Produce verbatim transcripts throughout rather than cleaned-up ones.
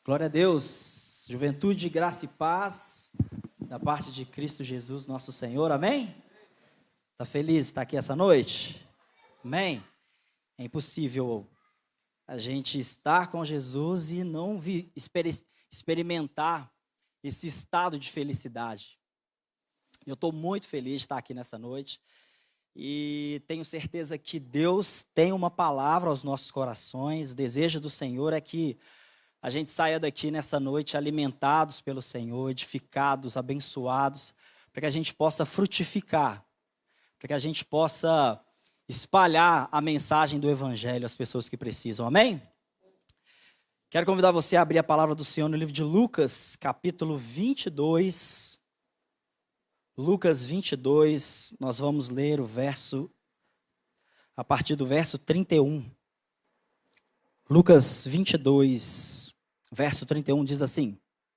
Glória a Deus, juventude, graça e paz, da parte de Cristo Jesus, nosso Senhor, amém? Está feliz de estar aqui essa noite? Amém? É impossível a gente estar com Jesus e não vi, exper, experimentar esse estado de felicidade. Eu estou muito feliz de estar aqui nessa noite e tenho certeza que Deus tem uma palavra aos nossos corações. O desejo do Senhor é que a gente saia daqui nessa noite alimentados pelo Senhor, edificados, abençoados, para que a gente possa frutificar, para que a gente possa espalhar a mensagem do Evangelho às pessoas que precisam. Amém? Quero convidar você a abrir a palavra do Senhor no livro de Lucas, capítulo vinte e dois. Lucas vinte e dois, nós vamos ler o verso, a partir do verso trinta e um. Lucas vinte e dois, verso trinta e um diz assim: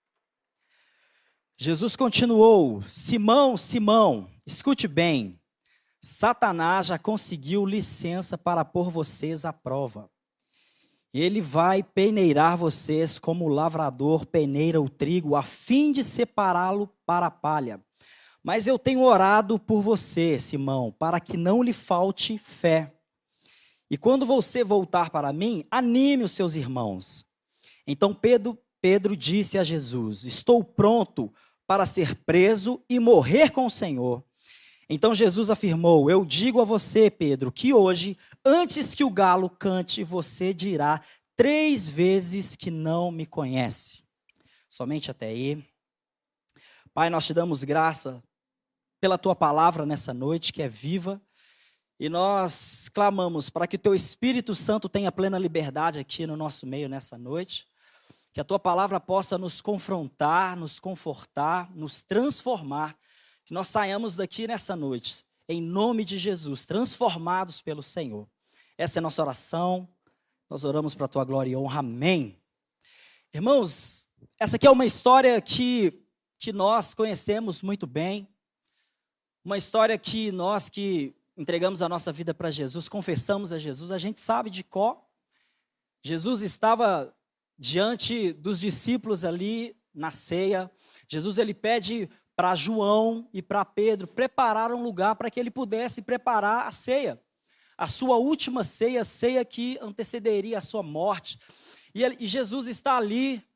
Jesus continuou: Simão, Simão, escute bem, Satanás já conseguiu licença para pôr vocês à prova. Ele vai peneirar vocês como o lavrador peneira o trigo, a fim de separá-lo para a palha. Mas eu tenho orado por você, Simão, para que não lhe falte fé. E quando você voltar para mim, anime os seus irmãos. Então Pedro, Pedro disse a Jesus: estou pronto para ser preso e morrer com o Senhor. Então Jesus afirmou: eu digo a você, Pedro, que hoje, antes que o galo cante, você dirá três vezes que não me conhece. Somente até aí. Pai, nós te damos graça pela tua palavra nessa noite, que é viva. E nós clamamos para que o teu Espírito Santo tenha plena liberdade aqui no nosso meio nessa noite, que a tua palavra possa nos confrontar, nos confortar, nos transformar, que nós saiamos daqui nessa noite, em nome de Jesus, transformados pelo Senhor. Essa é a nossa oração, nós oramos para a tua glória e honra, amém. Irmãos, essa aqui é uma história que, que nós conhecemos muito bem, uma história que nós que entregamos a nossa vida para Jesus, confessamos a Jesus, a gente sabe de cor. Jesus estava diante dos discípulos ali na ceia. Jesus ele pede para João e para Pedro preparar um lugar para que ele pudesse preparar a ceia. A sua última ceia, a ceia que antecederia a sua morte. E, ele, e Jesus está ali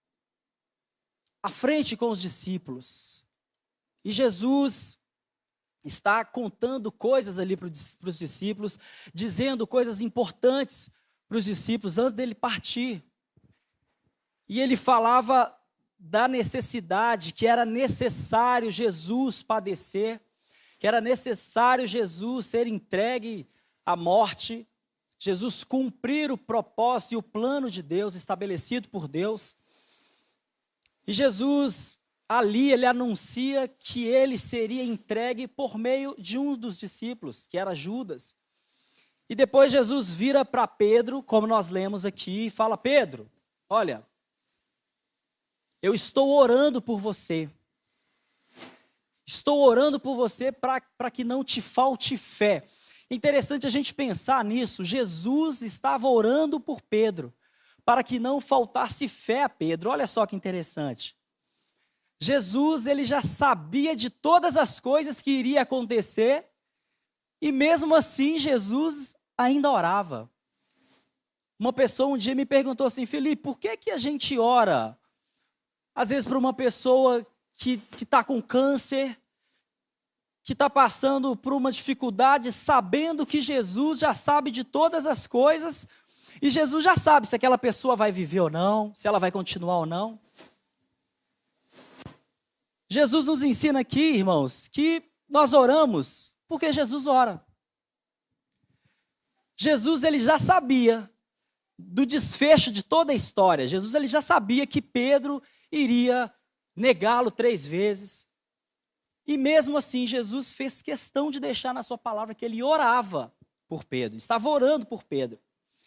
à frente com os discípulos. E Jesus está contando coisas ali para os discípulos, dizendo coisas importantes para os discípulos antes dele partir. E ele falava da necessidade, que era necessário Jesus padecer, que era necessário Jesus ser entregue à morte, Jesus cumprir o propósito e o plano de Deus estabelecido por Deus. E Jesus ali ele anuncia que ele seria entregue por meio de um dos discípulos, que era Judas. E depois Jesus vira para Pedro, como nós lemos aqui, e fala: Pedro, olha, eu estou orando por você. Estou orando por você para que não te falte fé. Interessante a gente pensar nisso. Jesus estava orando por Pedro, para que não faltasse fé a Pedro. Olha só que interessante. Jesus, ele já sabia de todas as coisas que iria acontecer, e mesmo assim Jesus ainda orava. Uma pessoa um dia me perguntou assim: Felipe, por que que a gente ora, às vezes, para uma pessoa que está com câncer, que está passando por uma dificuldade, sabendo que Jesus já sabe de todas as coisas, e Jesus já sabe se aquela pessoa vai viver ou não, se ela vai continuar ou não? Jesus nos ensina aqui, irmãos, que nós oramos porque Jesus ora. Jesus ele já sabia do desfecho de toda a história. Jesus ele já sabia que Pedro iria negá-lo três vezes. E mesmo assim, Jesus fez questão de deixar na sua palavra que ele orava por Pedro, estava orando por Pedro.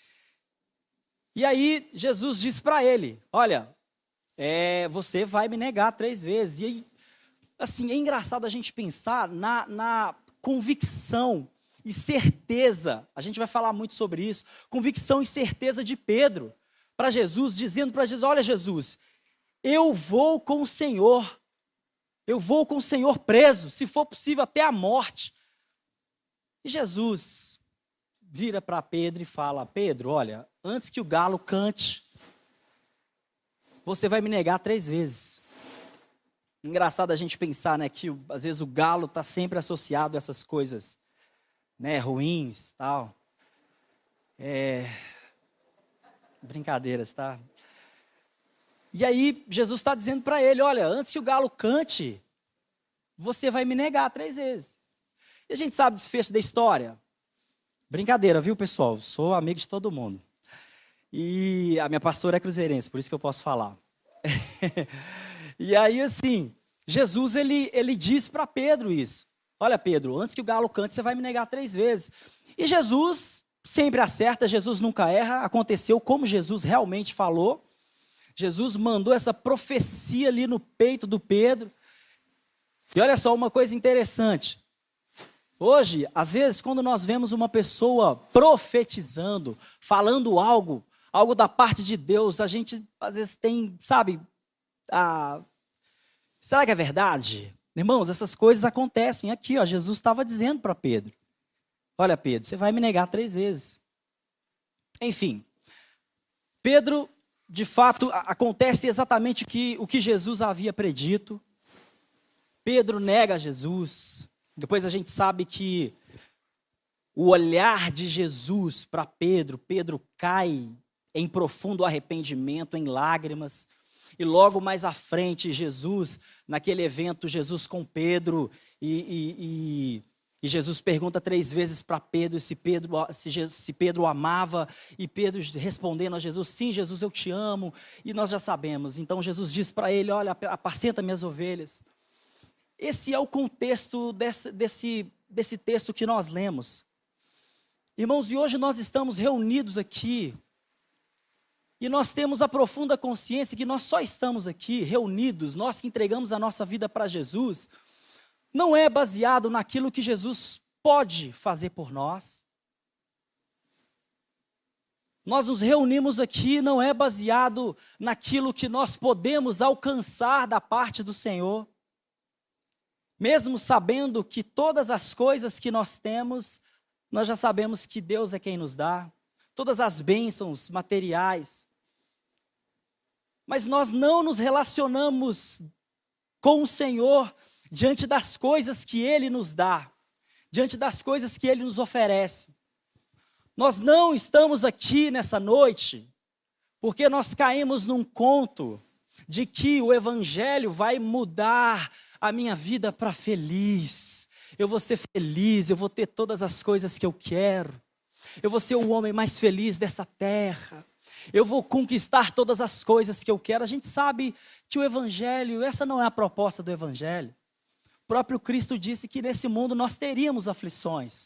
E aí Jesus diz para ele: olha, é, você vai me negar três vezes. E aí, assim, é engraçado a gente pensar na, na convicção e certeza, a gente vai falar muito sobre isso, convicção e certeza de Pedro, para Jesus, dizendo para Jesus: olha, Jesus, eu vou com o Senhor, eu vou com o Senhor preso, se for possível até a morte. E Jesus vira para Pedro e fala: Pedro, olha, antes que o galo cante, você vai me negar três vezes. Engraçado a gente pensar, né, que às vezes o galo está sempre associado a essas coisas, né, ruins, tal. É... Brincadeiras, tá? E aí Jesus está dizendo para ele: olha, antes que o galo cante, você vai me negar três vezes. E a gente sabe o desfecho da história. Brincadeira, viu, pessoal? Sou amigo de todo mundo. E a minha pastora é cruzeirense, por isso que eu posso falar. E aí, assim, Jesus, ele, ele diz para Pedro isso. Olha, Pedro, antes que o galo cante, você vai me negar três vezes. E Jesus sempre acerta, Jesus nunca erra. Aconteceu como Jesus realmente falou. Jesus mandou essa profecia ali no peito do Pedro. E olha só uma coisa interessante. Hoje, às vezes, quando nós vemos uma pessoa profetizando, falando algo, algo da parte de Deus, a gente às vezes tem, sabe, a... será que é verdade? Irmãos, essas coisas acontecem aqui, ó. Jesus estava dizendo para Pedro: olha, Pedro, você vai me negar três vezes. Enfim, Pedro, de fato, acontece exatamente o que, o que Jesus havia predito. Pedro nega Jesus. Depois a gente sabe que o olhar de Jesus para Pedro, Pedro cai em profundo arrependimento, em lágrimas. E logo mais à frente, Jesus, naquele evento, Jesus com Pedro, e, e, e, e Jesus pergunta três vezes para Pedro se Pedro, se, Jesus, se Pedro o amava, e Pedro respondendo a Jesus: sim, Jesus, eu te amo. E nós já sabemos. Então Jesus diz para ele: olha, apacenta minhas ovelhas. Esse é o contexto desse, desse, desse texto que nós lemos. Irmãos, e hoje nós estamos reunidos aqui, e nós temos a profunda consciência que nós só estamos aqui reunidos, nós que entregamos a nossa vida para Jesus, não é baseado naquilo que Jesus pode fazer por nós. Nós nos reunimos aqui não é baseado naquilo que nós podemos alcançar da parte do Senhor. Mesmo sabendo que todas as coisas que nós temos, nós já sabemos que Deus é quem nos dá, todas as bênçãos materiais. Mas nós não nos relacionamos com o Senhor diante das coisas que Ele nos dá, diante das coisas que Ele nos oferece. Nós não estamos aqui nessa noite porque nós caímos num conto de que o Evangelho vai mudar a minha vida para feliz. Eu vou ser feliz, eu vou ter todas as coisas que eu quero. Eu vou ser o homem mais feliz dessa terra. Eu vou conquistar todas as coisas que eu quero. A gente sabe que o Evangelho, essa não é a proposta do Evangelho. O próprio Cristo disse que nesse mundo nós teríamos aflições.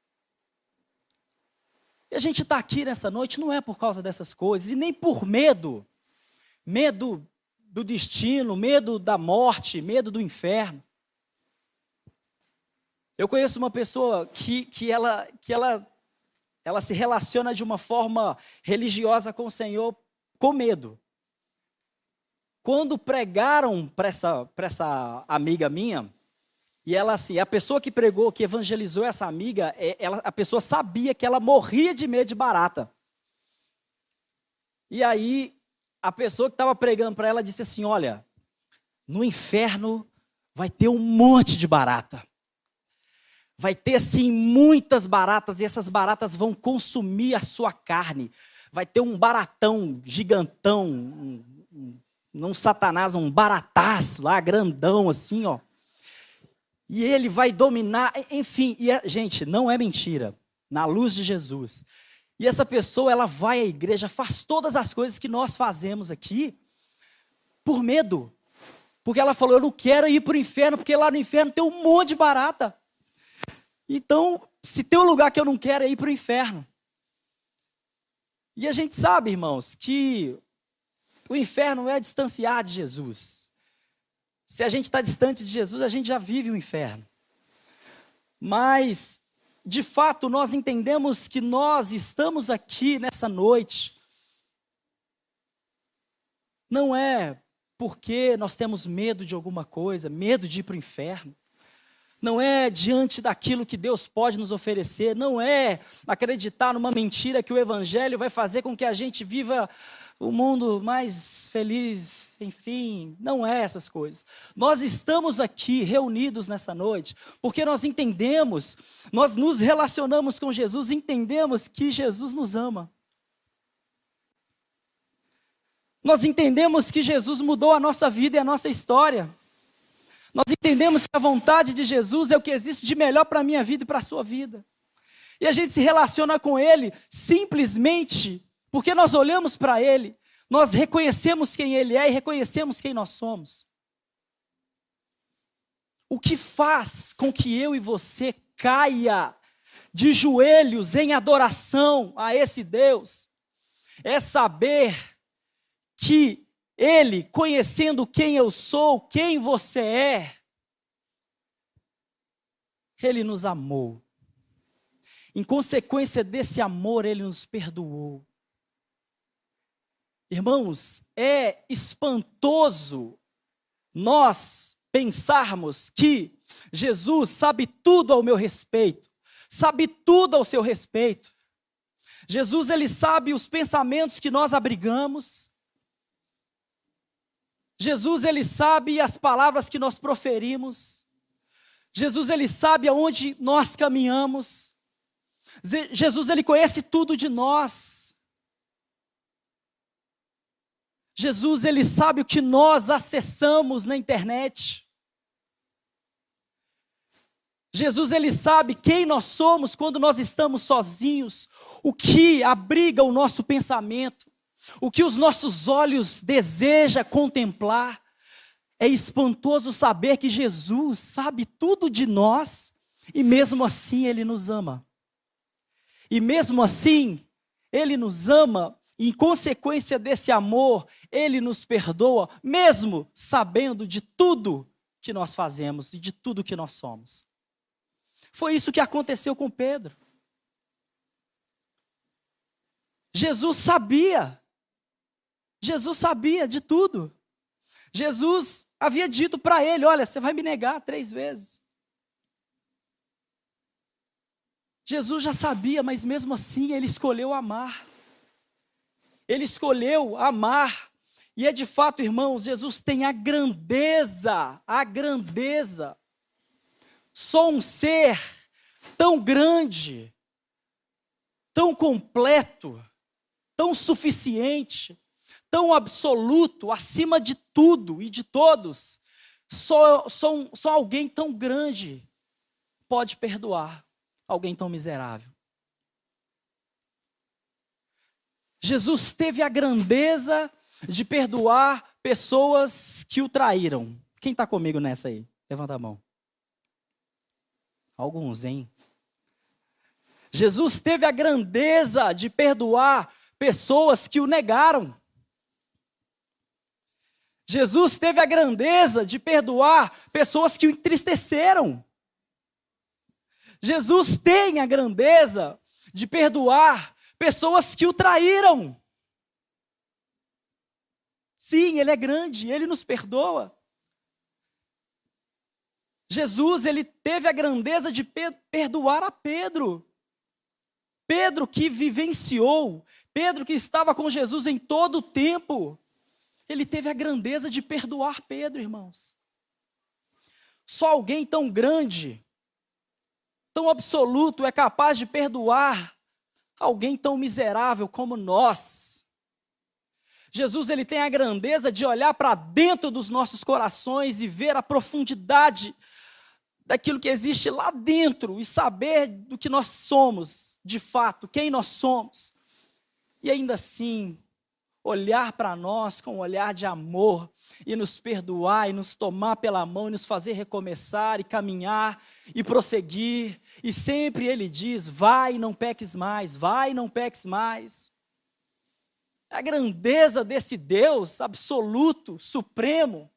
E a gente está aqui nessa noite não é por causa dessas coisas, e nem por medo. Medo do destino, medo da morte, medo do inferno. Eu conheço uma pessoa que, que, ela, que ela, ela se relaciona de uma forma religiosa com o Senhor com medo. Quando pregaram para essa, para essa amiga minha, e ela assim, a pessoa que pregou, que evangelizou essa amiga, ela, a pessoa sabia que ela morria de medo de barata. E aí, a pessoa que estava pregando para ela disse assim: olha, no inferno vai ter um monte de barata. Vai ter, assim, muitas baratas, e essas baratas vão consumir a sua carne. Vai ter um baratão gigantão, um, um, um satanás, um baratás lá, grandão, assim, ó. E ele vai dominar, enfim, e a, gente, não é mentira, na luz de Jesus. E essa pessoa, ela vai à igreja, faz todas as coisas que nós fazemos aqui, por medo. Porque ela falou: eu não quero ir para o inferno, porque lá no inferno tem um monte de barata. Então, se tem um lugar que eu não quero é ir para o inferno. E a gente sabe, irmãos, que o inferno é distanciar de Jesus. Se a gente está distante de Jesus, a gente já vive o inferno. Mas, de fato, nós entendemos que nós estamos aqui nessa noite Não é porque nós temos medo de alguma coisa, medo de ir para o inferno. Não é diante daquilo que Deus pode nos oferecer. Não é acreditar numa mentira que o Evangelho vai fazer com que a gente viva o mundo mais feliz. Enfim, não é essas coisas. Nós estamos aqui reunidos nessa noite porque nós entendemos, nós nos relacionamos com Jesus, entendemos que Jesus nos ama. Nós entendemos que Jesus mudou a nossa vida e a nossa história. Nós entendemos que a vontade de Jesus é o que existe de melhor para a minha vida e para a sua vida. E a gente se relaciona com Ele simplesmente porque nós olhamos para Ele, nós reconhecemos quem Ele é e reconhecemos quem nós somos. O que faz com que eu e você caia de joelhos em adoração a esse Deus é saber que Ele, conhecendo quem eu sou, quem você é, Ele nos amou. Em consequência desse amor, Ele nos perdoou. Irmãos, é espantoso nós pensarmos que Jesus sabe tudo ao meu respeito, sabe tudo ao seu respeito. Jesus, Ele sabe os pensamentos que nós abrigamos. Jesus, Ele sabe as palavras que nós proferimos. Jesus, Ele sabe aonde nós caminhamos. Jesus, Ele conhece tudo de nós. Jesus, Ele sabe o que nós acessamos na internet. Jesus, Ele sabe quem nós somos quando nós estamos sozinhos, o que abriga o nosso pensamento, o que os nossos olhos desejam contemplar. É espantoso saber que Jesus sabe tudo de nós e mesmo assim Ele nos ama. E mesmo assim, Ele nos ama. Em consequência desse amor, Ele nos perdoa, mesmo sabendo de tudo que nós fazemos e de tudo que nós somos. Foi isso que aconteceu com Pedro. Jesus sabia. Jesus sabia de tudo. Jesus havia dito para ele, olha, você vai me negar três vezes. Jesus já sabia, mas mesmo assim Ele escolheu amar. Ele escolheu amar, e é de fato, irmãos, Jesus tem a grandeza, a grandeza. Só um ser tão grande, tão completo, tão suficiente, tão absoluto, acima de tudo e de todos, só, só, um, só alguém tão grande pode perdoar alguém tão miserável. Jesus teve a grandeza de perdoar pessoas que o traíram. Quem está comigo nessa aí? Levanta a mão. Alguns, hein? Jesus teve a grandeza de perdoar pessoas que o negaram. Jesus teve a grandeza de perdoar pessoas que o entristeceram. Jesus tem a grandeza de perdoar pessoas que o traíram. Sim, Ele é grande, Ele nos perdoa. Jesus, Ele teve a grandeza de perdoar a Pedro. Pedro que vivenciou, Pedro que estava com Jesus em todo o tempo, Ele teve a grandeza de perdoar Pedro, irmãos. Só alguém tão grande, tão absoluto, é capaz de perdoar alguém tão miserável como nós. Jesus, Ele tem a grandeza de olhar para dentro dos nossos corações e ver a profundidade daquilo que existe lá dentro e saber do que nós somos, de fato, quem nós somos. E ainda assim, olhar para nós com um olhar de amor e nos perdoar e nos tomar pela mão e nos fazer recomeçar e caminhar e prosseguir. E sempre Ele diz, vai e não peques mais, vai e não peques mais. A grandeza desse Deus absoluto, supremo.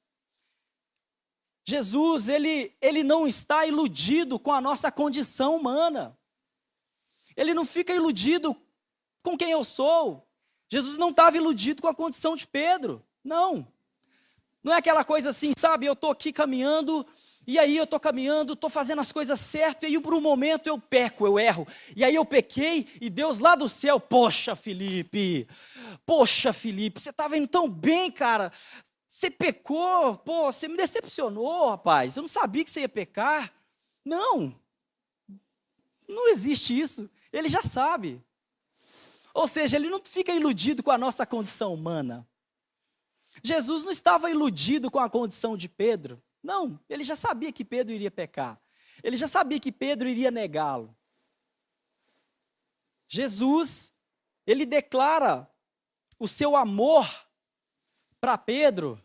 Jesus, ele, ele não está iludido com a nossa condição humana. Ele não fica iludido com quem eu sou. Jesus não estava iludido com a condição de Pedro. Não. Não é aquela coisa assim, sabe, eu estou aqui caminhando, e aí eu estou caminhando, estou fazendo as coisas certas, e aí por um momento eu peco, eu erro. E aí eu pequei, e Deus lá do céu, poxa, Felipe, poxa, Felipe, você estava indo tão bem, cara, você pecou, pô, você me decepcionou, rapaz, eu não sabia que você ia pecar. Não, não existe isso, ele já sabe. Ou seja, ele não fica iludido com a nossa condição humana. Jesus não estava iludido com a condição de Pedro. Não, ele já sabia que Pedro iria pecar. Ele já sabia que Pedro iria negá-lo. Jesus, ele declara o seu amor para Pedro,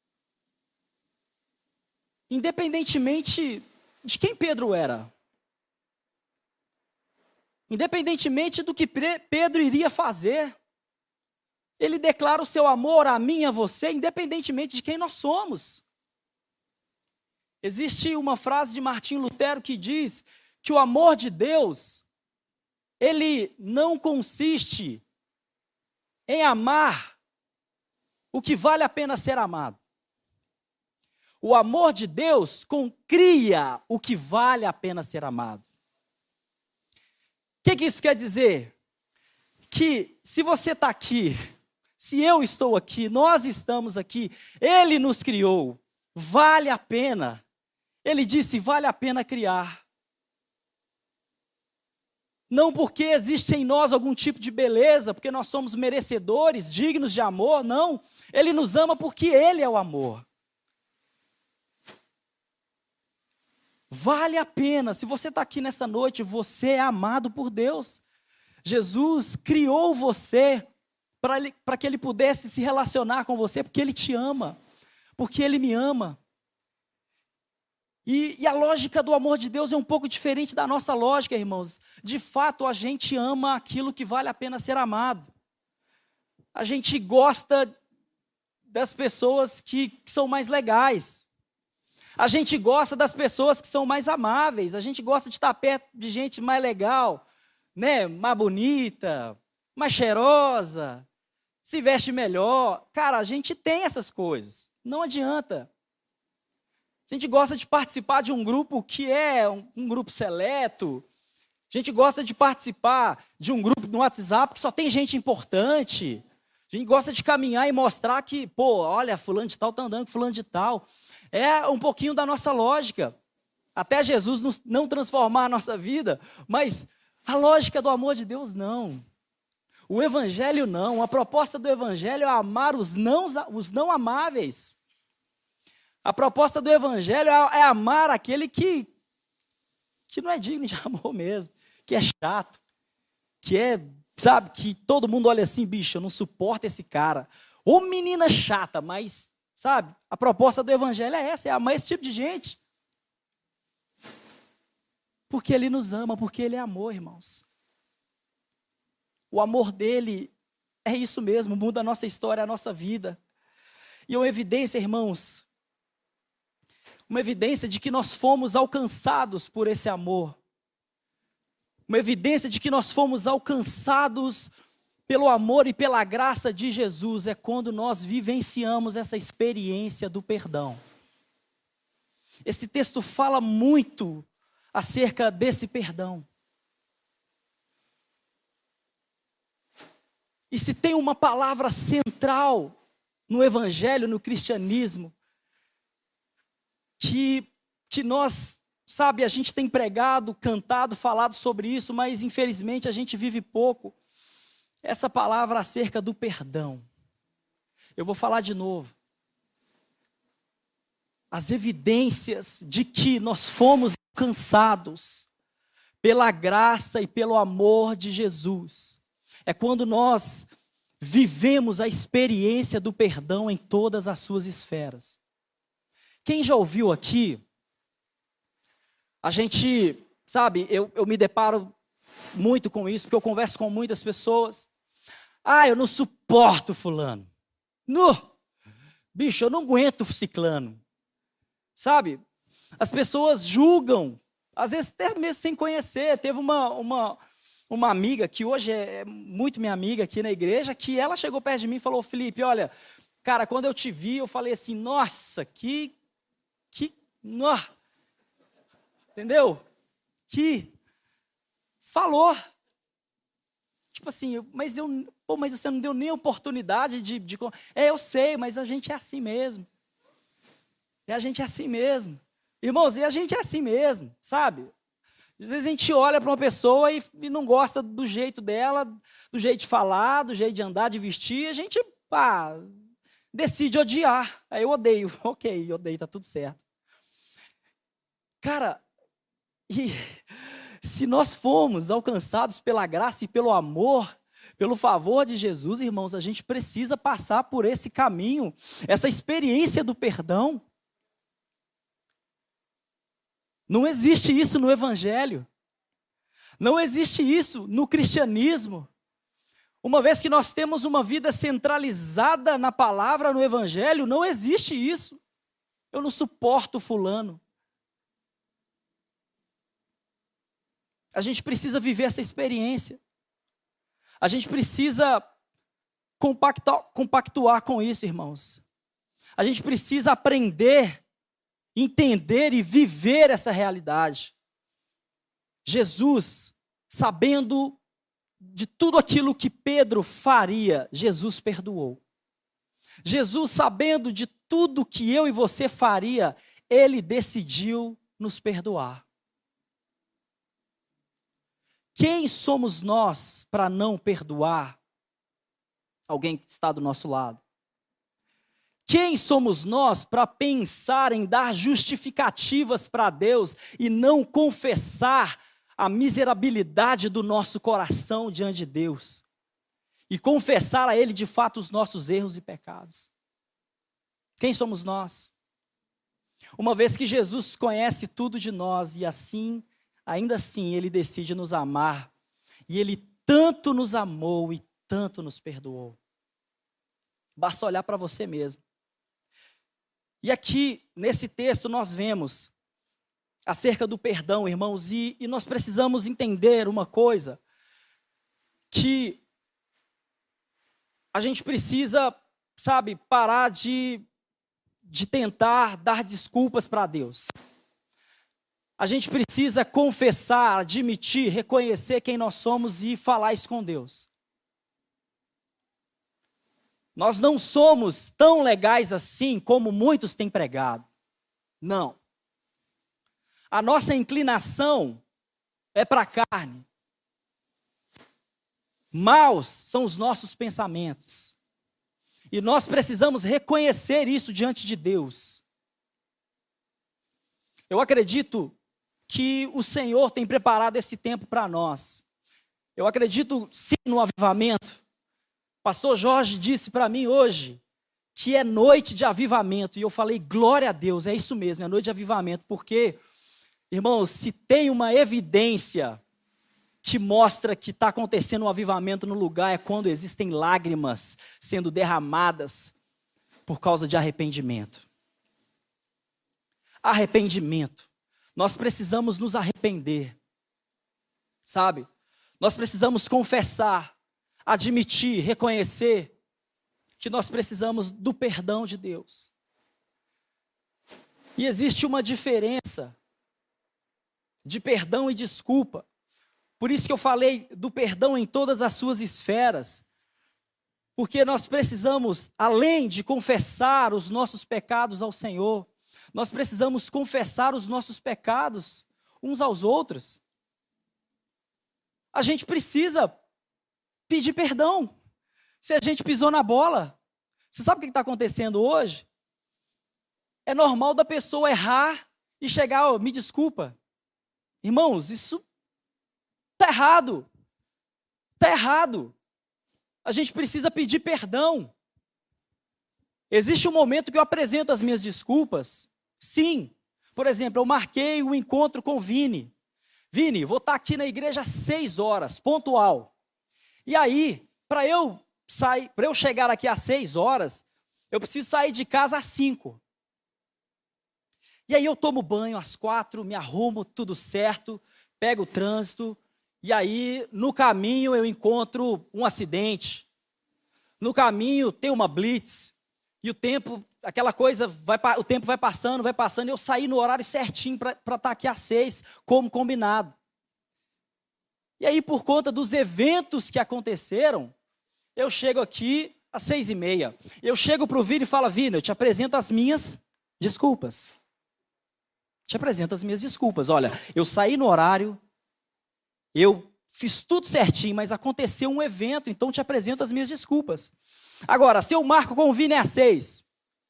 independentemente de quem Pedro era. Independentemente do que Pedro iria fazer. Ele declara o seu amor a mim e a você, independentemente de quem nós somos. Existe uma frase de Martinho Lutero que diz que o amor de Deus, ele não consiste em amar o que vale a pena ser amado. O amor de Deus cria o que vale a pena ser amado. O que, que isso quer dizer? Que se você está aqui, se eu estou aqui, nós estamos aqui, Ele nos criou, vale a pena. Ele disse, vale a pena criar. Não porque existe em nós algum tipo de beleza, porque nós somos merecedores, dignos de amor, não. Ele nos ama porque Ele é o amor. Vale a pena. Se você está aqui nessa noite, você é amado por Deus. Jesus criou você para que Ele pudesse se relacionar com você, porque Ele te ama, porque Ele me ama. E, e a lógica do amor de Deus é um pouco diferente da nossa lógica, irmãos. De fato, a gente ama aquilo que vale a pena ser amado. A gente gosta das pessoas que, que são mais legais. A gente gosta das pessoas que são mais amáveis. A gente gosta de estar perto de gente mais legal, né? Mais bonita, mais cheirosa, se veste melhor. Cara, a gente tem essas coisas. Não adianta. A gente gosta de participar de um grupo que é um, um grupo seleto. A gente gosta de participar de um grupo no WhatsApp que só tem gente importante. A gente gosta de caminhar e mostrar que, pô, olha, fulano de tal está andando com fulano de tal. É um pouquinho da nossa lógica. Até Jesus nos, não transformar a nossa vida, mas a lógica do amor de Deus, não. O evangelho, não. A proposta do evangelho é amar os não, os não amáveis. A proposta do evangelho é, é amar aquele que, que não é digno de amor mesmo, que é chato, que é, sabe, que todo mundo olha assim, bicho, eu não suporto esse cara. Ou menina chata, mas, sabe, a proposta do evangelho é essa, é amar esse tipo de gente. Porque Ele nos ama, porque Ele é amor, irmãos. O amor dEle é isso mesmo, muda a nossa história, a nossa vida. E uma evidência, irmãos, uma evidência de que nós fomos alcançados por esse amor. Uma evidência de que nós fomos alcançados pelo amor e pela graça de Jesus é quando nós vivenciamos essa experiência do perdão. Esse texto fala muito acerca desse perdão. E se tem uma palavra central no evangelho, no cristianismo, que, que nós, sabe, a gente tem pregado, cantado, falado sobre isso, mas infelizmente a gente vive pouco. Essa palavra acerca do perdão. Eu vou falar de novo. As evidências de que nós fomos alcançados pela graça e pelo amor de Jesus. É quando nós vivemos a experiência do perdão em todas as suas esferas. Quem já ouviu aqui, a gente, sabe, eu, eu me deparo muito com isso, porque eu converso com muitas pessoas. Ah, eu não suporto fulano. No, bicho, eu não aguento ciclano. Sabe, as pessoas julgam, às vezes até mesmo sem conhecer. Teve uma, uma, uma amiga, que hoje é muito minha amiga aqui na igreja, que ela chegou perto de mim e falou, Felipe, olha, Cara, quando eu te vi, eu falei assim, nossa, que, que, nó, entendeu? Que, falou. Tipo assim, eu, mas eu, pô, mas você não deu nem oportunidade de, de... É, eu sei, mas a gente é assim mesmo. E a gente é assim mesmo. Irmãos, e a gente é assim mesmo, sabe? Às vezes a gente olha para uma pessoa e, e não gosta do jeito dela, do jeito de falar, do jeito de andar, de vestir, a gente, pá, decide odiar. Aí eu odeio, ok, odeio, tá tudo certo. Cara, e se nós formos alcançados pela graça e pelo amor, pelo favor de Jesus, irmãos, a gente precisa passar por esse caminho, essa experiência do perdão. Não existe isso no Evangelho. Não existe isso no cristianismo. Uma vez que nós temos uma vida centralizada na palavra, no Evangelho, não existe isso. Eu não suporto fulano. A gente precisa viver essa experiência. A gente precisa compactuar, compactuar com isso, irmãos. A gente precisa aprender, entender e viver essa realidade. Jesus, sabendo de tudo aquilo que Pedro faria, Jesus perdoou. Jesus, sabendo de tudo que eu e você faria, ele decidiu nos perdoar. Quem somos nós para não perdoar alguém que está do nosso lado? Quem somos nós para pensar em dar justificativas para Deus e não confessar a miserabilidade do nosso coração diante de Deus? E confessar a Ele de fato os nossos erros e pecados? Quem somos nós? Uma vez que Jesus conhece tudo de nós e assim, ainda assim, Ele decide nos amar. E Ele tanto nos amou e tanto nos perdoou. Basta olhar para você mesmo. E aqui, nesse texto, nós vemos acerca do perdão, irmãos, e, e nós precisamos entender uma coisa, que a gente precisa, sabe, parar de, de tentar dar desculpas para Deus. A gente precisa confessar, admitir, reconhecer quem nós somos e falar isso com Deus. Nós não somos tão legais assim como muitos têm pregado. Não. A nossa inclinação é para a carne. Maus são os nossos pensamentos. E nós precisamos reconhecer isso diante de Deus. Eu acredito que o Senhor tem preparado esse tempo para nós. Eu acredito sim no avivamento. Pastor Jorge disse para mim hoje que é noite de avivamento. E eu falei, glória a Deus, é isso mesmo, é noite de avivamento. Porque, irmãos, se tem uma evidência que mostra que está acontecendo um avivamento no lugar, é quando existem lágrimas sendo derramadas por causa de arrependimento. Arrependimento. Nós precisamos nos arrepender, sabe? Nós precisamos confessar, admitir, reconhecer que nós precisamos do perdão de Deus. E existe uma diferença de perdão e desculpa. Por isso que eu falei do perdão em todas as suas esferas. Porque nós precisamos, além de confessar os nossos pecados ao Senhor, nós precisamos confessar os nossos pecados uns aos outros. A gente precisa pedir perdão se a gente pisou na bola. Você sabe o que está acontecendo hoje? É normal da pessoa errar e chegar, oh, me desculpa. Irmãos, isso está errado. Está errado. A gente precisa pedir perdão. Existe um momento que eu apresento as minhas desculpas. Sim. Por exemplo, eu marquei um encontro com o Vini. Vini, vou estar aqui na igreja às seis horas, pontual. E aí, para eu sair, para eu chegar aqui às seis horas, eu preciso sair de casa às cinco. E aí eu tomo banho às quatro, me arrumo, tudo certo, pego o trânsito, e aí no caminho eu encontro um acidente. No caminho tem uma blitz. E o tempo, aquela coisa, vai, o tempo vai passando, vai passando, e eu saí no horário certinho para estar aqui às seis, como combinado. E aí, por conta dos eventos que aconteceram, eu chego aqui às seis e meia. Eu chego para o Vini e falo, Vini, eu te apresento as minhas desculpas. Te apresento as minhas desculpas. Olha, eu saí no horário, eu fiz tudo certinho, mas aconteceu um evento, então te apresento as minhas desculpas. Agora, se eu marco com o Vini às seis,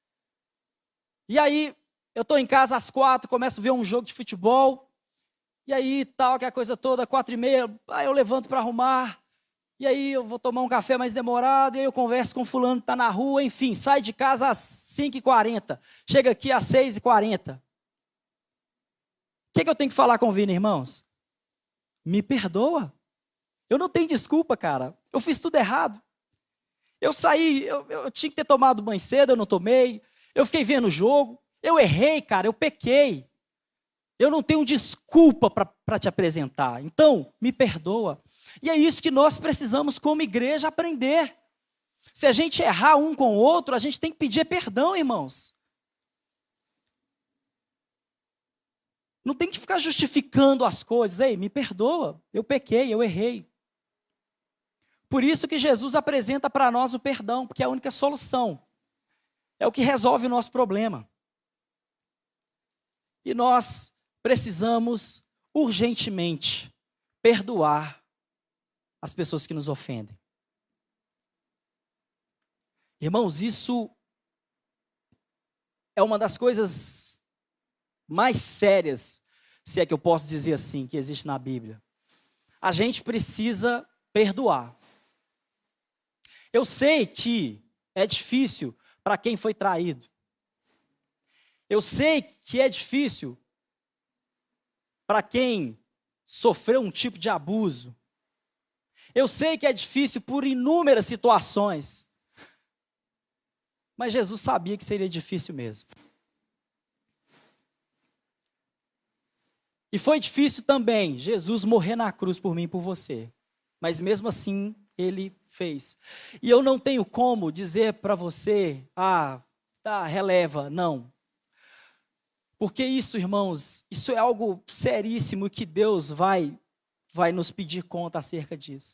e aí eu estou em casa às quatro, começo a ver um jogo de futebol, e aí tal, que a coisa toda, quatro e meia, aí eu levanto para arrumar, e aí eu vou tomar um café mais demorado, e aí eu converso com fulano que está na rua, enfim, sai de casa às cinco e quarenta, chega aqui às seis e quarenta. O que, que eu tenho que falar com o Vini, irmãos? Me perdoa. Eu não tenho desculpa, cara. Eu fiz tudo errado. Eu saí, eu, eu tinha que ter tomado banho cedo, eu não tomei. Eu fiquei vendo o jogo. Eu errei, cara, eu pequei. Eu não tenho desculpa para te apresentar. Então, me perdoa. E é isso que nós precisamos, como igreja, aprender. Se a gente errar um com o outro, a gente tem que pedir perdão, irmãos. Não tem que ficar justificando as coisas. Ei, me perdoa, eu pequei, eu errei. Por isso que Jesus apresenta para nós o perdão, porque é a única solução. É o que resolve o nosso problema. E nós precisamos urgentemente perdoar as pessoas que nos ofendem. Irmãos, isso é uma das coisas mais sérias, se é que eu posso dizer assim, que existe na Bíblia. A gente precisa perdoar. Eu sei que é difícil para quem foi traído. Eu sei que é difícil para quem sofreu um tipo de abuso. Eu sei que é difícil por inúmeras situações. Mas Jesus sabia que seria difícil mesmo. E foi difícil também Jesus morrer na cruz por mim e por você. Mas mesmo assim, ele fez. E eu não tenho como dizer para você, ah, tá, releva, não. Porque isso, irmãos, isso é algo seríssimo e que Deus vai, vai nos pedir conta acerca disso.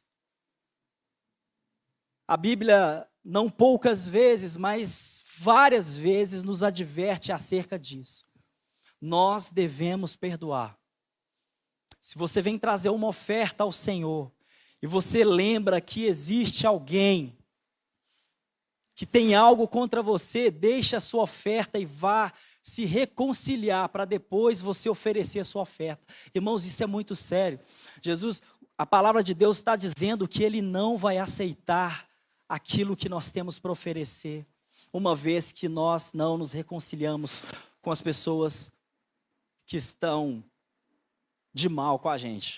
A Bíblia, não poucas vezes, mas várias vezes nos adverte acerca disso. Nós devemos perdoar. Se você vem trazer uma oferta ao Senhor, e você lembra que existe alguém que tem algo contra você, deixe a sua oferta e vá se reconciliar para depois você oferecer a sua oferta. Irmãos, isso é muito sério. Jesus, a palavra de Deus está dizendo que Ele não vai aceitar aquilo que nós temos para oferecer, uma vez que nós não nos reconciliamos com as pessoas que estão de mal com a gente.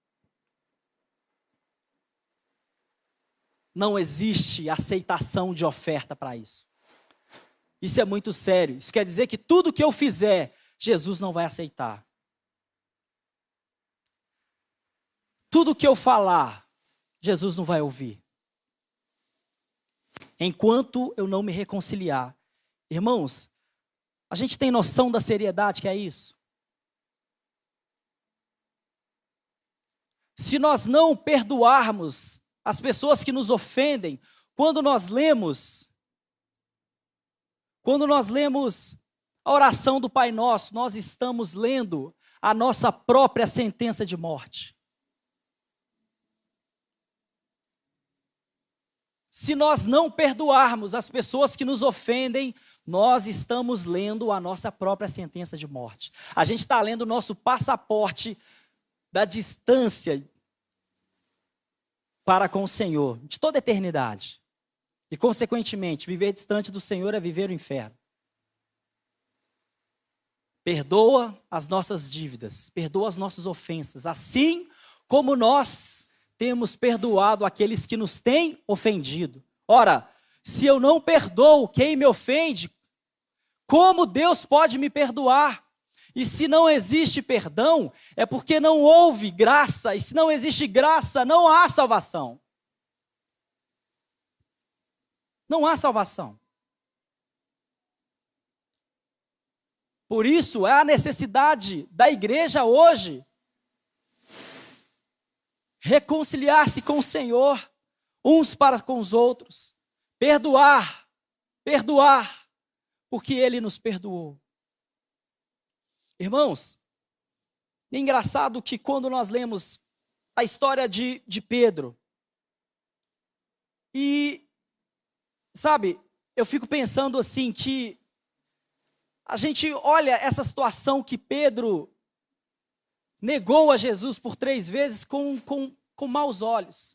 Não existe aceitação de oferta para isso. Isso é muito sério. Isso quer dizer que tudo que eu fizer, Jesus não vai aceitar. Tudo que eu falar, Jesus não vai ouvir. Enquanto eu não me reconciliar. Irmãos, a gente tem noção da seriedade que é isso? Se nós não perdoarmos as pessoas que nos ofendem, quando nós lemos, quando nós lemos a oração do Pai Nosso, nós estamos lendo a nossa própria sentença de morte. Se nós não perdoarmos as pessoas que nos ofendem, nós estamos lendo a nossa própria sentença de morte. A gente está lendo o nosso passaporte da distância para com o Senhor, de toda a eternidade. E, consequentemente, viver distante do Senhor é viver o inferno. Perdoa as nossas dívidas, perdoa as nossas ofensas, assim como nós temos perdoado aqueles que nos têm ofendido. Ora, se eu não perdoo quem me ofende, como Deus pode me perdoar? E se não existe perdão, é porque não houve graça. E se não existe graça, não há salvação. Não há salvação. Por isso, é a necessidade da igreja hoje reconciliar-se com o Senhor, uns para com os outros, perdoar, perdoar, porque Ele nos perdoou. Irmãos, é engraçado que quando nós lemos a história de, de Pedro, e, sabe, eu fico pensando assim que a gente olha essa situação que Pedro negou a Jesus por três vezes com, com, com maus olhos.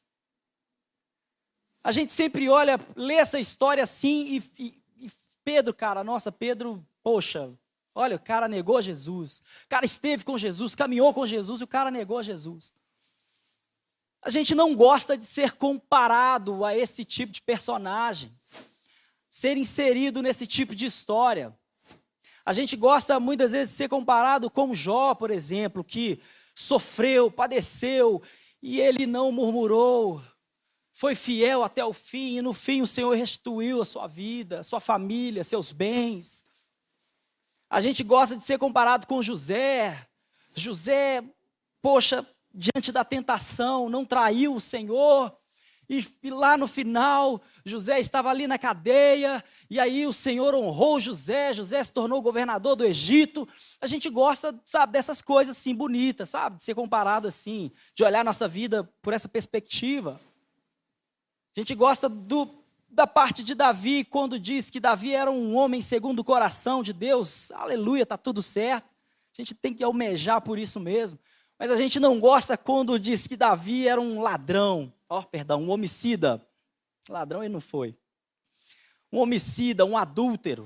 A gente sempre olha, lê essa história assim e, e, e Pedro, cara, nossa, Pedro, poxa, olha, o cara negou Jesus. O cara esteve com Jesus, caminhou com Jesus e o cara negou Jesus. A gente não gosta de ser comparado a esse tipo de personagem, ser inserido nesse tipo de história. A gente gosta muitas vezes de ser comparado com Jó, por exemplo, que sofreu, padeceu e ele não murmurou, foi fiel até o fim e no fim o Senhor restituiu a sua vida, a sua família, seus bens. A gente gosta de ser comparado com José. José, poxa, diante da tentação, não traiu o Senhor. E, e lá no final, José estava ali na cadeia. E aí o Senhor honrou José. José se tornou governador do Egito. A gente gosta, sabe, dessas coisas assim bonitas, sabe? De ser comparado assim, de olhar nossa vida por essa perspectiva. A gente gosta do, da parte de Davi, quando diz que Davi era um homem segundo o coração de Deus. Aleluia, está tudo certo. A gente tem que almejar por isso mesmo. Mas a gente não gosta quando diz que Davi era um ladrão. Ó, oh, perdão, um homicida. Ladrão ele não foi. Um homicida, um adúltero.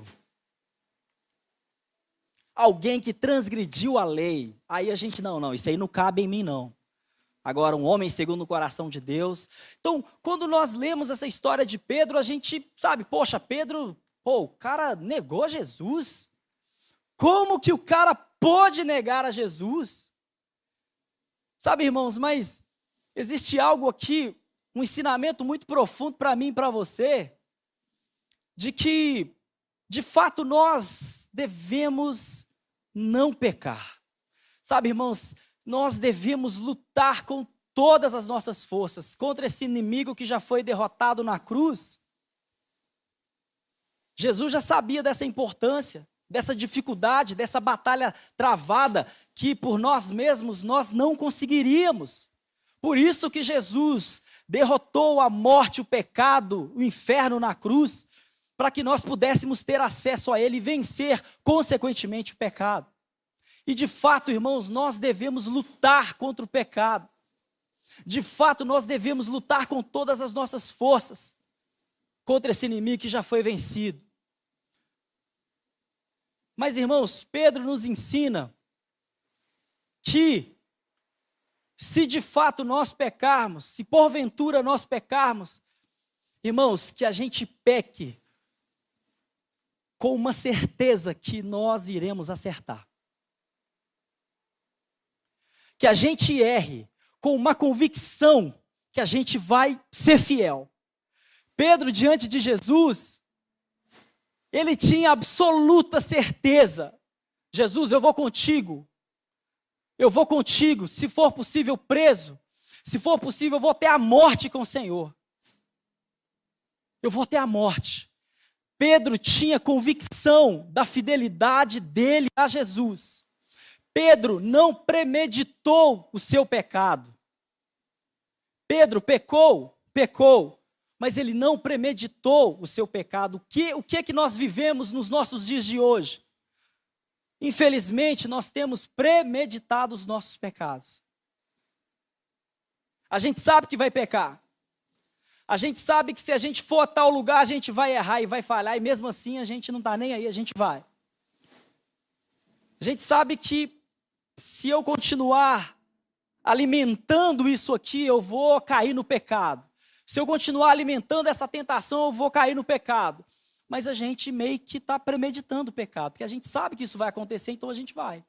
Alguém que transgrediu a lei. Aí a gente, não, não, isso aí não cabe em mim, não. Agora, um homem segundo o coração de Deus. Então, quando nós lemos essa história de Pedro, a gente sabe, poxa, Pedro, pô, o cara negou Jesus. Como que o cara pôde negar a Jesus? Sabe, irmãos, mas existe algo aqui, um ensinamento muito profundo para mim e para você, de que, de fato, nós devemos não pecar. Sabe, irmãos, nós devemos lutar com todas as nossas forças contra esse inimigo que já foi derrotado na cruz. Jesus já sabia dessa importância, dessa dificuldade, dessa batalha travada que por nós mesmos nós não conseguiríamos. Por isso que Jesus derrotou a morte, o pecado, o inferno na cruz, para que nós pudéssemos ter acesso a Ele e vencer, consequentemente, o pecado. E de fato, irmãos, nós devemos lutar contra o pecado. De fato, nós devemos lutar com todas as nossas forças contra esse inimigo que já foi vencido. Mas, irmãos, Pedro nos ensina que se de fato nós pecarmos, se porventura nós pecarmos, irmãos, que a gente peque com uma certeza que nós iremos acertar. Que a gente erre com uma convicção que a gente vai ser fiel. Pedro, diante de Jesus, ele tinha absoluta certeza. Jesus, eu vou contigo. Eu vou contigo, se for possível preso. Se for possível, eu vou até a morte com o Senhor. Eu vou até a morte. Pedro tinha convicção da fidelidade dele a Jesus. Pedro não premeditou o seu pecado. Pedro pecou, pecou, mas ele não premeditou o seu pecado. O que, o que é que nós vivemos nos nossos dias de hoje? Infelizmente, nós temos premeditado os nossos pecados. A gente sabe que vai pecar. A gente sabe que se a gente for a tal lugar, a gente vai errar e vai falhar, e mesmo assim a gente não está nem aí, a gente vai. A gente sabe que se eu continuar alimentando isso aqui, eu vou cair no pecado. Se eu continuar alimentando essa tentação, eu vou cair no pecado. Mas a gente meio que está premeditando o pecado, porque a gente sabe que isso vai acontecer, então a gente vai.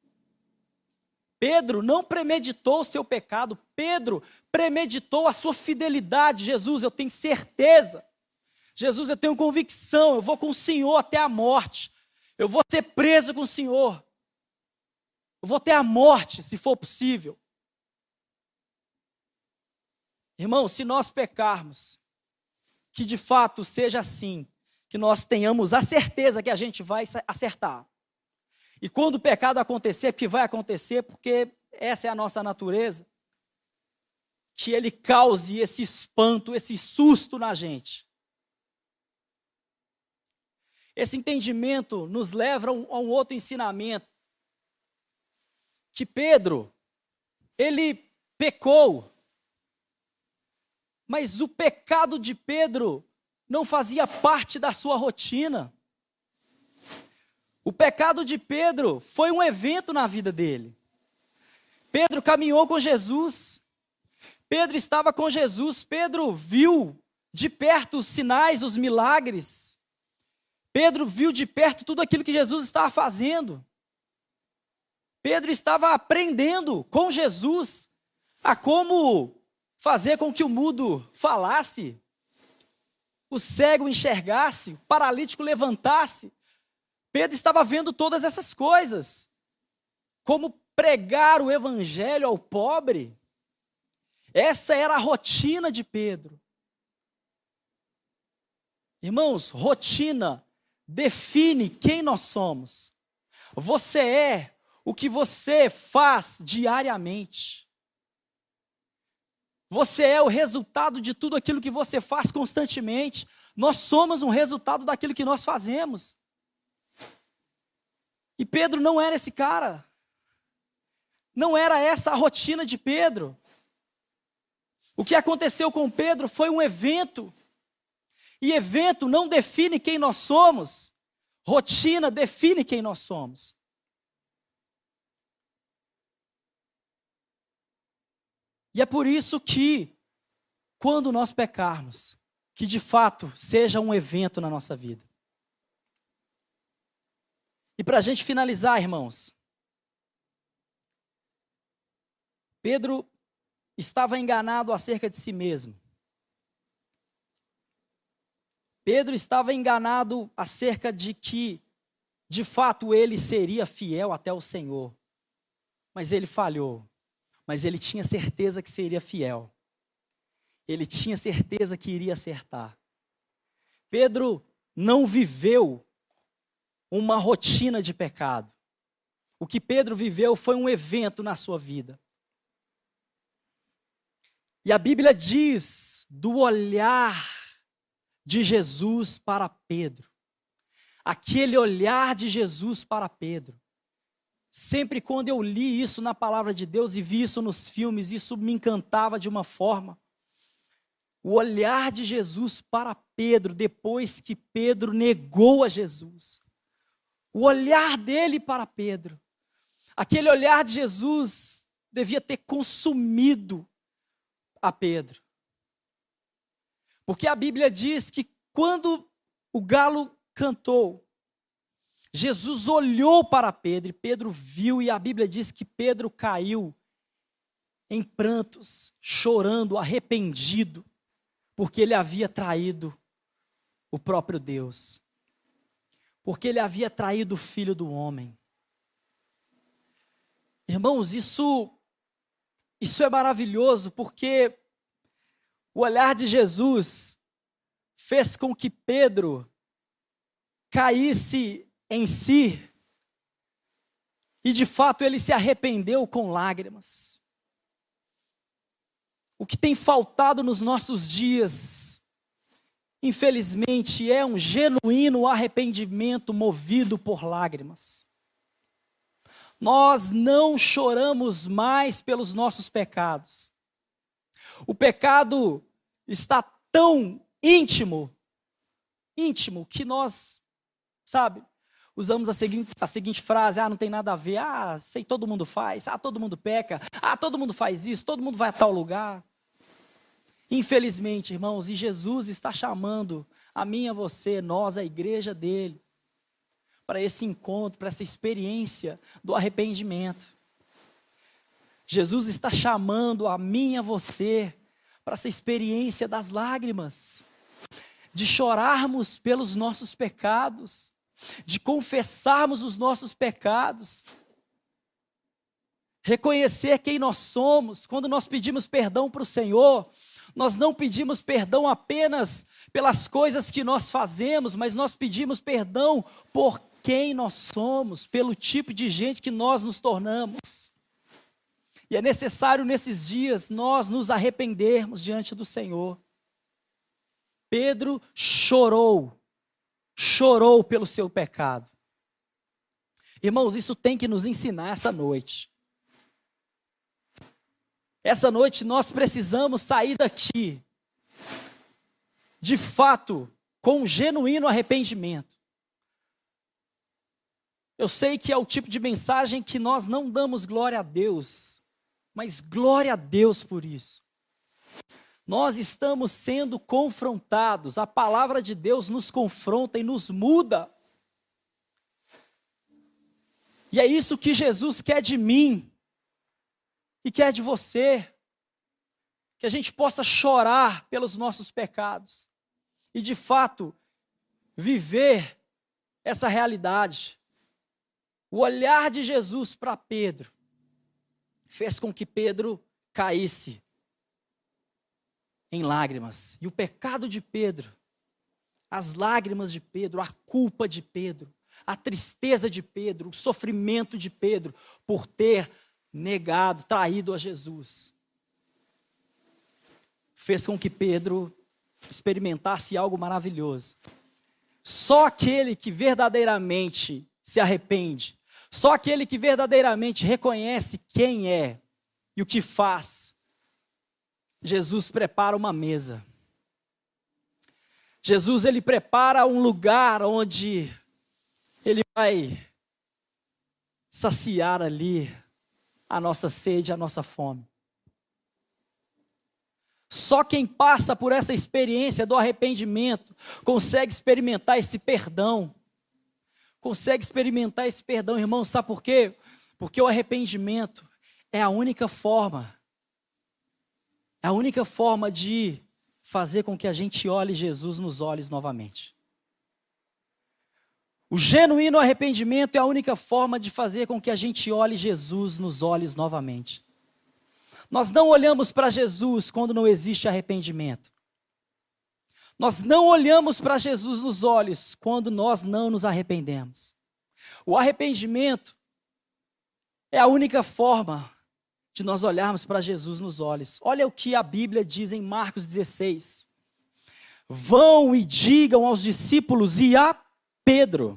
Pedro não premeditou o seu pecado, Pedro premeditou a sua fidelidade. Jesus, eu tenho certeza. Jesus, eu tenho convicção, eu vou com o Senhor até a morte. Eu vou ser preso com o Senhor. Eu vou ter a morte, se for possível. Irmão, se nós pecarmos, que de fato seja assim, que nós tenhamos a certeza que a gente vai acertar. E quando o pecado acontecer, porque vai acontecer, porque essa é a nossa natureza, que ele cause esse espanto, esse susto na gente. Esse entendimento nos leva a um, a um outro ensinamento, que Pedro, ele pecou, mas o pecado de Pedro não fazia parte da sua rotina. O pecado de Pedro foi um evento na vida dele. Pedro caminhou com Jesus, Pedro estava com Jesus, Pedro viu de perto os sinais, os milagres, Pedro viu de perto tudo aquilo que Jesus estava fazendo. Pedro estava aprendendo com Jesus a como fazer com que o mudo falasse, o cego enxergasse, o paralítico levantasse. Pedro estava vendo todas essas coisas. Como pregar o evangelho ao pobre. Essa era a rotina de Pedro. Irmãos, rotina define quem nós somos. Você é o que você faz diariamente. Você é o resultado de tudo aquilo que você faz constantemente. Nós somos um resultado daquilo que nós fazemos. E Pedro não era esse cara. Não era essa a rotina de Pedro. O que aconteceu com Pedro foi um evento. E evento não define quem nós somos. Rotina define quem nós somos. E é por isso que, quando nós pecarmos, que de fato seja um evento na nossa vida. E para a gente finalizar, irmãos, Pedro estava enganado acerca de si mesmo. Pedro estava enganado acerca de que, de fato, ele seria fiel até o Senhor. Mas ele falhou. Mas ele tinha certeza que seria fiel. Ele tinha certeza que iria acertar. Pedro não viveu uma rotina de pecado. O que Pedro viveu foi um evento na sua vida. E a Bíblia diz do olhar de Jesus para Pedro. Aquele olhar de Jesus para Pedro. Sempre quando eu li isso na palavra de Deus e vi isso nos filmes, isso me encantava de uma forma. O olhar de Jesus para Pedro, depois que Pedro negou a Jesus. O olhar dele para Pedro. Aquele olhar de Jesus devia ter consumido a Pedro. Porque a Bíblia diz que quando o galo cantou, Jesus olhou para Pedro e Pedro viu, e a Bíblia diz que Pedro caiu em prantos, chorando, arrependido, porque ele havia traído o próprio Deus. Porque ele havia traído o Filho do homem. Irmãos, isso, isso é maravilhoso, porque o olhar de Jesus fez com que Pedro caísse em si, e de fato ele se arrependeu com lágrimas. O que tem faltado nos nossos dias, infelizmente, é um genuíno arrependimento movido por lágrimas. Nós não choramos mais pelos nossos pecados. O pecado está tão íntimo, íntimo, que nós, sabe, usamos a seguinte, a seguinte frase: ah, não tem nada a ver, ah, sei, todo mundo faz, ah, todo mundo peca, ah, todo mundo faz isso, todo mundo vai a tal lugar. Infelizmente, irmãos, e Jesus está chamando a mim e a você, nós, a igreja dele, para esse encontro, para essa experiência do arrependimento. Jesus está chamando a mim e a você para essa experiência das lágrimas, de chorarmos pelos nossos pecados, de confessarmos os nossos pecados, reconhecer quem nós somos. Quando nós pedimos perdão para o Senhor, nós não pedimos perdão apenas pelas coisas que nós fazemos, mas nós pedimos perdão por quem nós somos, pelo tipo de gente que nós nos tornamos. E é necessário nesses dias nós nos arrependermos diante do Senhor. Pedro chorou, chorou pelo seu pecado. Irmãos, isso tem que nos ensinar essa noite. Essa noite nós precisamos sair daqui, de fato, com um genuíno arrependimento. Eu sei que é o tipo de mensagem que nós não damos glória a Deus, mas glória a Deus por isso. Nós estamos sendo confrontados, a palavra de Deus nos confronta e nos muda. E é isso que Jesus quer de mim e quer de você, que a gente possa chorar pelos nossos pecados e de fato viver essa realidade. O olhar de Jesus para Pedro fez com que Pedro caísse em lágrimas. E o pecado de Pedro, as lágrimas de Pedro, a culpa de Pedro, a tristeza de Pedro, o sofrimento de Pedro por ter negado, traído a Jesus, fez com que Pedro experimentasse algo maravilhoso. Só aquele que verdadeiramente se arrepende, só aquele que verdadeiramente reconhece quem é e o que faz, Jesus prepara uma mesa. Jesus, ele prepara um lugar onde ele vai saciar ali a nossa sede, a nossa fome. Só quem passa por essa experiência do arrependimento consegue experimentar esse perdão. Consegue experimentar esse perdão, irmão, sabe por quê? Porque o arrependimento é a única forma, é a única forma de fazer com que a gente olhe Jesus nos olhos novamente. O genuíno arrependimento é a única forma de fazer com que a gente olhe Jesus nos olhos novamente. Nós não olhamos para Jesus quando não existe arrependimento. Nós não olhamos para Jesus nos olhos quando nós não nos arrependemos. O arrependimento é a única forma de nós olharmos para Jesus nos olhos. Olha o que a Bíblia diz em Marcos dezesseis. Vão e digam aos discípulos e a Pedro.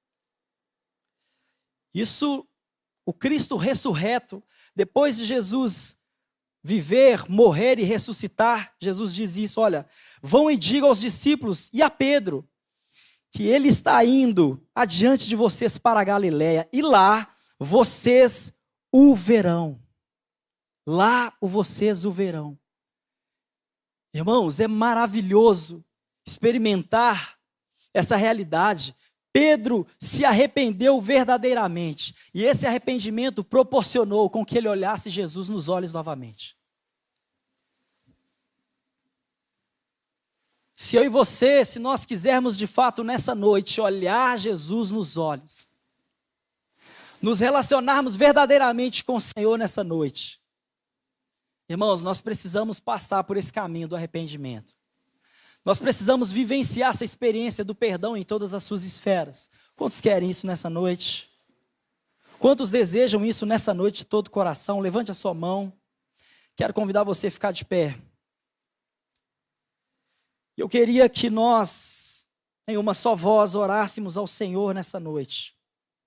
Isso, o Cristo ressurreto, depois de Jesus viver, morrer e ressuscitar, Jesus diz isso, olha, vão e digam aos discípulos e a Pedro, que ele está indo adiante de vocês para a Galileia, e lá vocês o verão. Lá vocês o verão. Irmãos, é maravilhoso experimentar essa realidade. Pedro se arrependeu verdadeiramente, e esse arrependimento proporcionou com que ele olhasse Jesus nos olhos novamente. Se eu e você, se nós quisermos de fato nessa noite olhar Jesus nos olhos, nos relacionarmos verdadeiramente com o Senhor nessa noite, irmãos, nós precisamos passar por esse caminho do arrependimento. Nós precisamos vivenciar essa experiência do perdão em todas as suas esferas. Quantos querem isso nessa noite? Quantos desejam isso nessa noite de todo o coração? Levante a sua mão. Quero convidar você a ficar de pé. Eu queria que nós, em uma só voz, orássemos ao Senhor nessa noite.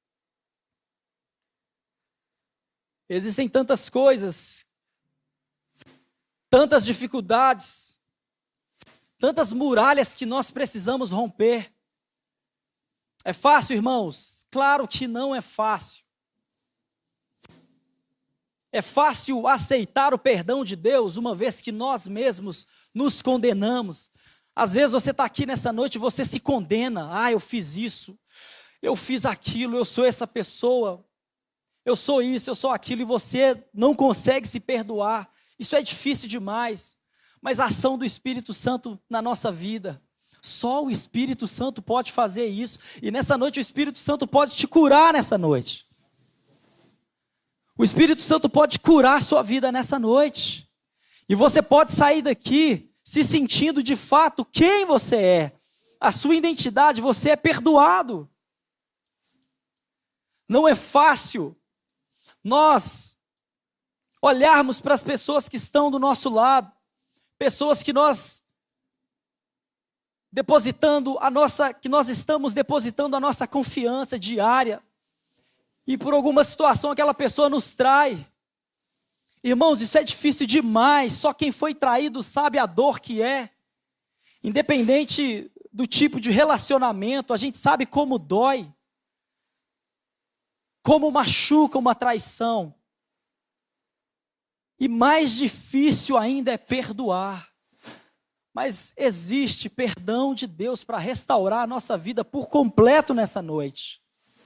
Existem tantas coisas, tantas dificuldades, tantas muralhas que nós precisamos romper. É fácil, irmãos? Claro que não é fácil. É fácil aceitar o perdão de Deus, uma vez que nós mesmos nos condenamos. Às vezes você está aqui nessa noite e você se condena. Ah, eu fiz isso, eu fiz aquilo, eu sou essa pessoa, eu sou isso, eu sou aquilo, e você não consegue se perdoar. Isso é difícil demais. Mas a ação do Espírito Santo na nossa vida, Só o Espírito Santo pode fazer isso. E nessa noite o Espírito Santo pode te curar nessa noite. O Espírito Santo pode curar a sua vida nessa noite. E você pode sair daqui se sentindo de fato quem você é. A sua identidade, você é perdoado. Não é fácil nós olharmos para as pessoas que estão do nosso lado, pessoas que nós depositando a nossa, que nós estamos depositando a nossa confiança diária, e por alguma situação aquela pessoa nos trai. Irmãos, isso é difícil demais, só quem foi traído sabe a dor que é. Independente do tipo de relacionamento, a gente sabe como dói, como machuca uma traição. E mais difícil ainda é perdoar. Mas existe perdão de Deus para restaurar a nossa vida por completo nessa noite.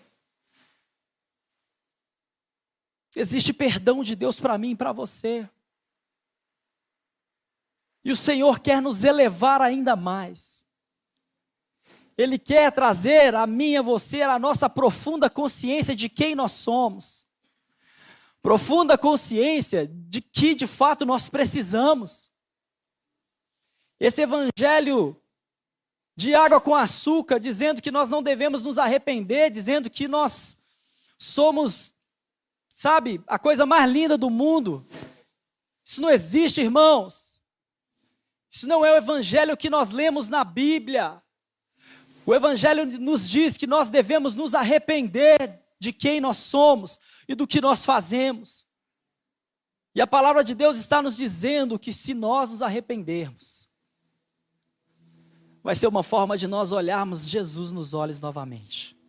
Existe perdão de Deus para mim e para você. E o Senhor quer nos elevar ainda mais. Ele quer trazer a mim e a você a nossa profunda consciência de quem nós somos. Profunda consciência de que de fato nós precisamos. Esse evangelho de água com açúcar, dizendo que nós não devemos nos arrepender, dizendo que nós somos, sabe, a coisa mais linda do mundo. Isso não existe, irmãos. Isso não é o evangelho que nós lemos na Bíblia. O evangelho nos diz que nós devemos nos arrepender de quem nós somos e do que nós fazemos. E a palavra de Deus está nos dizendo que se nós nos arrependermos, vai ser uma forma de nós olharmos Jesus nos olhos novamente.